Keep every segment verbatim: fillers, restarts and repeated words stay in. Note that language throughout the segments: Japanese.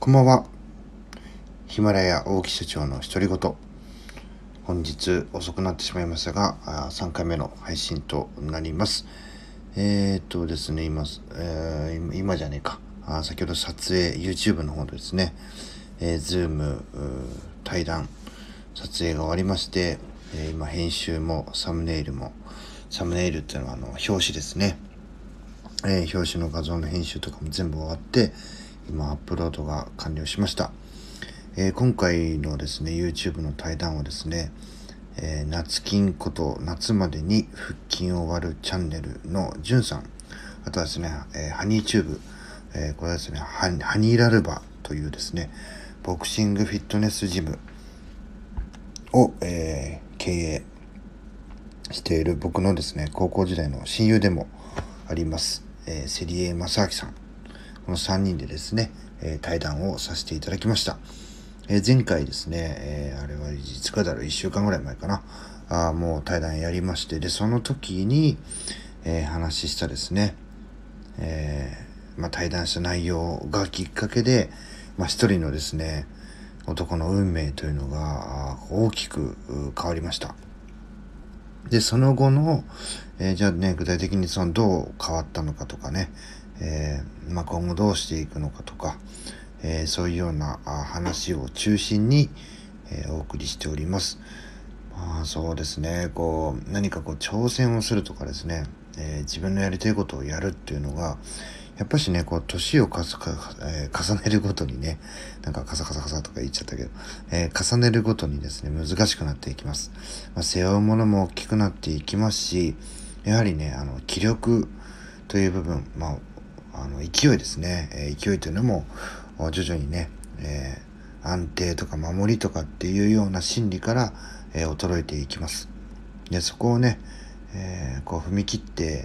こんばんは。ヒマラヤ大木社長の独り言。本日遅くなってしまいましたが、さんかいめの配信となります。えーっとですね、今、えー、今じゃねえか。あ先ほど撮影、YouTube の方でですね、えー、Zoom 対談、撮影が終わりまして、えー、今編集もサムネイルも、サムネイルっていうのはあの表紙ですね。えー、表紙の画像の編集とかも全部終わって、今アップロードが完了しました。えー、今回のですね YouTube の対談はですね、えー、夏金こと夏までに腹筋を割るチャンネルのじゅんさん、あとはですね、えー、ハニーチューブ、えー、これはですねハニハニーラルバというですねボクシングフィットネスジムを、えー、経営している僕のですね高校時代の親友でもあります、えー、セリエ正明さん、このさんにんでですね、えー、対談をさせていただきました。えー、前回ですね、えー、あれはいつかだろう、いっしゅうかんぐらい前かな、あもう対談やりまして、でその時に、えー、話したですね、えーまあ、対談した内容がきっかけで、まあ、一人のですね男の運命というのが大きく変わりました。でその後の、えー、じゃあね具体的にそのどう変わったのかとかね、えーまあ、今後どうしていくのかとか、えー、そういうような話を中心に、えー、お送りしております。まあそうですね、こう何かこう挑戦をするとかですね、えー、自分のやりたいことをやるっていうのがやっぱしね、こう年をかすか、えー、重ねるごとにね、なんかカサカサカサとか言っちゃったけど、えー、重ねるごとにですね難しくなっていきます。まあ、背負うものも大きくなっていきますし、やはりねあの気力という部分、まああの勢いですね、えー、勢いというのも徐々にね、えー、安定とか守りとかっていうような心理から、えー、衰えていきます。でそこをね、えー、こう踏み切って、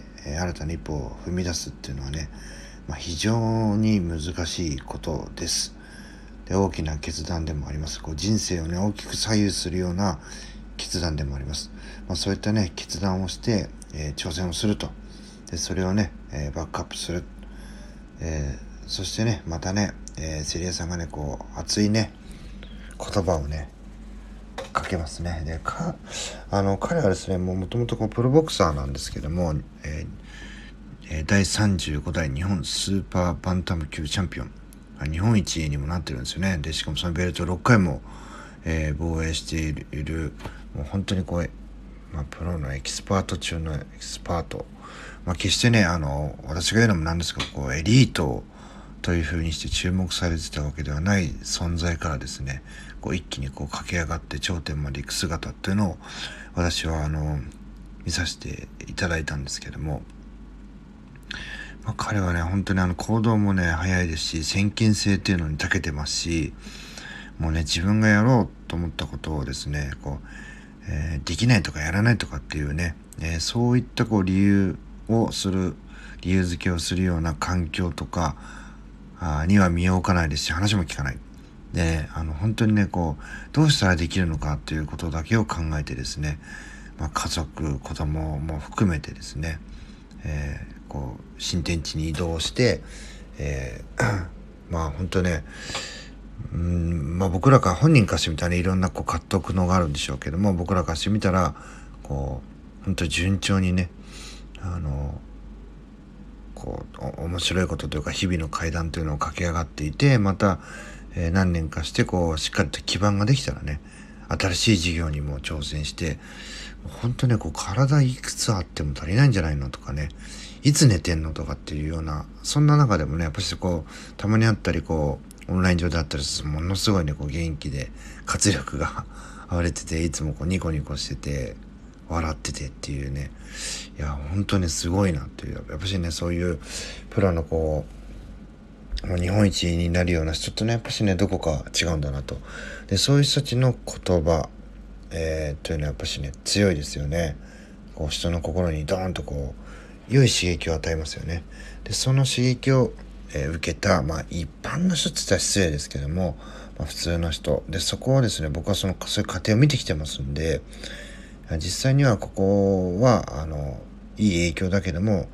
えー、新たな一歩を踏み出すっていうのはね、まあ、非常に難しいことです。で大きな決断でもあります。こう人生をね大きく左右するような決断でもあります。まあ、そういったね決断をして、えー、挑戦をすると、でそれをね、えー、バックアップする、えーそしてねまたね、えー、セリアさんがねこう熱いね言葉をねかけますね。でかあの彼はですねもともとプロボクサーなんですけども、えー、だいさんじゅうごだい日本スーパーバンタム級チャンピオン、日本一にもなってるんですよね。でしかもそのベルトろっかいも、えー、防衛しているいるもう本当にこう、まあ、プロのエキスパート中のエキスパート、まあ、決してねあの私が言うのもなんですけどこうエリートという風にして注目されてたわけではない存在からですねこう一気にこう駆け上がって頂点まで行く姿っていうのを私はあの見させていただいたんですけども、まあ、彼はね本当にあの行動もね早いですし先見性っていうのに長けてますし、もうね自分がやろうと思ったことをですねこう、えー、できないとかやらないとかっていうね、えー、そういったこう理由をする理由付けをするような環境とかあには身を置かないですし、話も聞かないで、あの本当にねこうどうしたらできるのかということだけを考えてですね、まあ、家族子供も含めてですね、えー、こう新天地に移動して、えー、まあ本当ねうんまあ僕らから本人からしてみたら、ね、いろんなこう葛藤苦悩があるんでしょうけども、僕らからしてみたらこう本当順調にねあのこう面白いことというか日々の階段というのを駆け上がっていて、また、えー、何年かしてこうしっかりと基盤ができたらね新しい事業にも挑戦して、本当ねこう体いくつあっても足りないんじゃないのとかね、いつ寝てんのとかっていうような、そんな中でもねやっぱりこうたまにあったりこうオンライン上であったりするものすごいねこう元気で活力が溢れてて、いつもこうニコニコしてて笑っててっていうね、いや本当にすごいなっていう、やっぱしねそういうプロのこう日本一になるような人とねやっぱしねどこか違うんだなと。でそういう人たちの言葉、えー、というのはやっぱしね強いですよね。こう人の心にドーンとこう良い刺激を与えますよね。でその刺激を、えー、受けた、まあ、一般の人って言ったら失礼ですけども、まあ、普通の人で、そこをですね僕はそのそういう過程を見てきてますんで、実際にはここはあのいい影響だけども、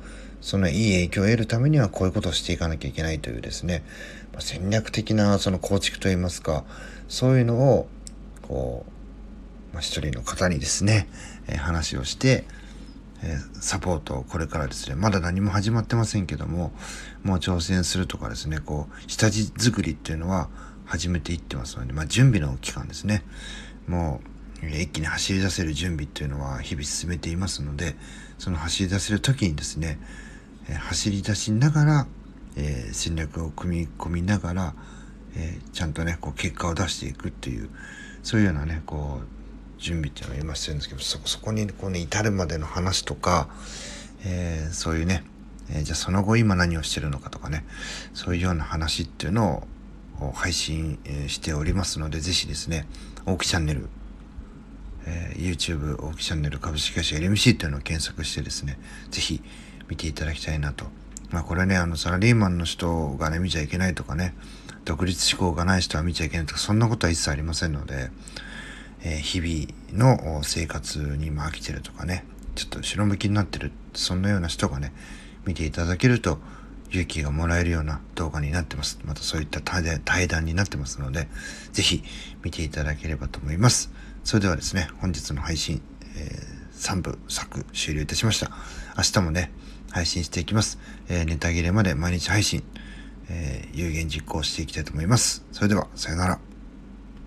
そのいい影響を得るためにはこういうことをしていかなきゃいけないというですね、まあ、戦略的なその構築といいますか、そういうのをこう、まあ、一人の方にですね、えー、話をして、えー、サポートをこれからですね、まだ何も始まってませんけども、もう挑戦するとかですね、こう下地作りっていうのは始めていってますので、まあ、準備の期間ですね。もう一気に走り出せる準備っていうのは日々進めていますので、その走り出せる時にですね、えー、走り出しながら、えー、戦略を組み込みながら、えー、ちゃんとねこう結果を出していくっていう、そういうようなねこう準備っていうのを今してるんですけど、そそこにこう、ね、至るまでの話とか、えー、そういうね、えー、じゃあその後今何をしてるのかとかね、そういうような話っていうのを配信しておりますので、ぜひですね、大木チャンネル、えー、YouTube 大木チャンネル株式会社 エルエムシー というのを検索してですね、ぜひ見ていただきたいなと。まあこれね、あのサラリーマンの人がね見ちゃいけないとかね、独立志向がない人は見ちゃいけないとか、そんなことは一切ありませんので、えー、日々の生活に今飽きてるとかね、ちょっと後ろ向きになってる、そんなような人がね見ていただけると勇気がもらえるような動画になってます。またそういった対談になってますので、ぜひ見ていただければと思います。それではですね、本日の配信、えー、さんぶ作終了いたしました。明日もね配信していきます。えー、ネタ切れまで毎日配信、えー、有言実行していきたいと思います。それではさよなら。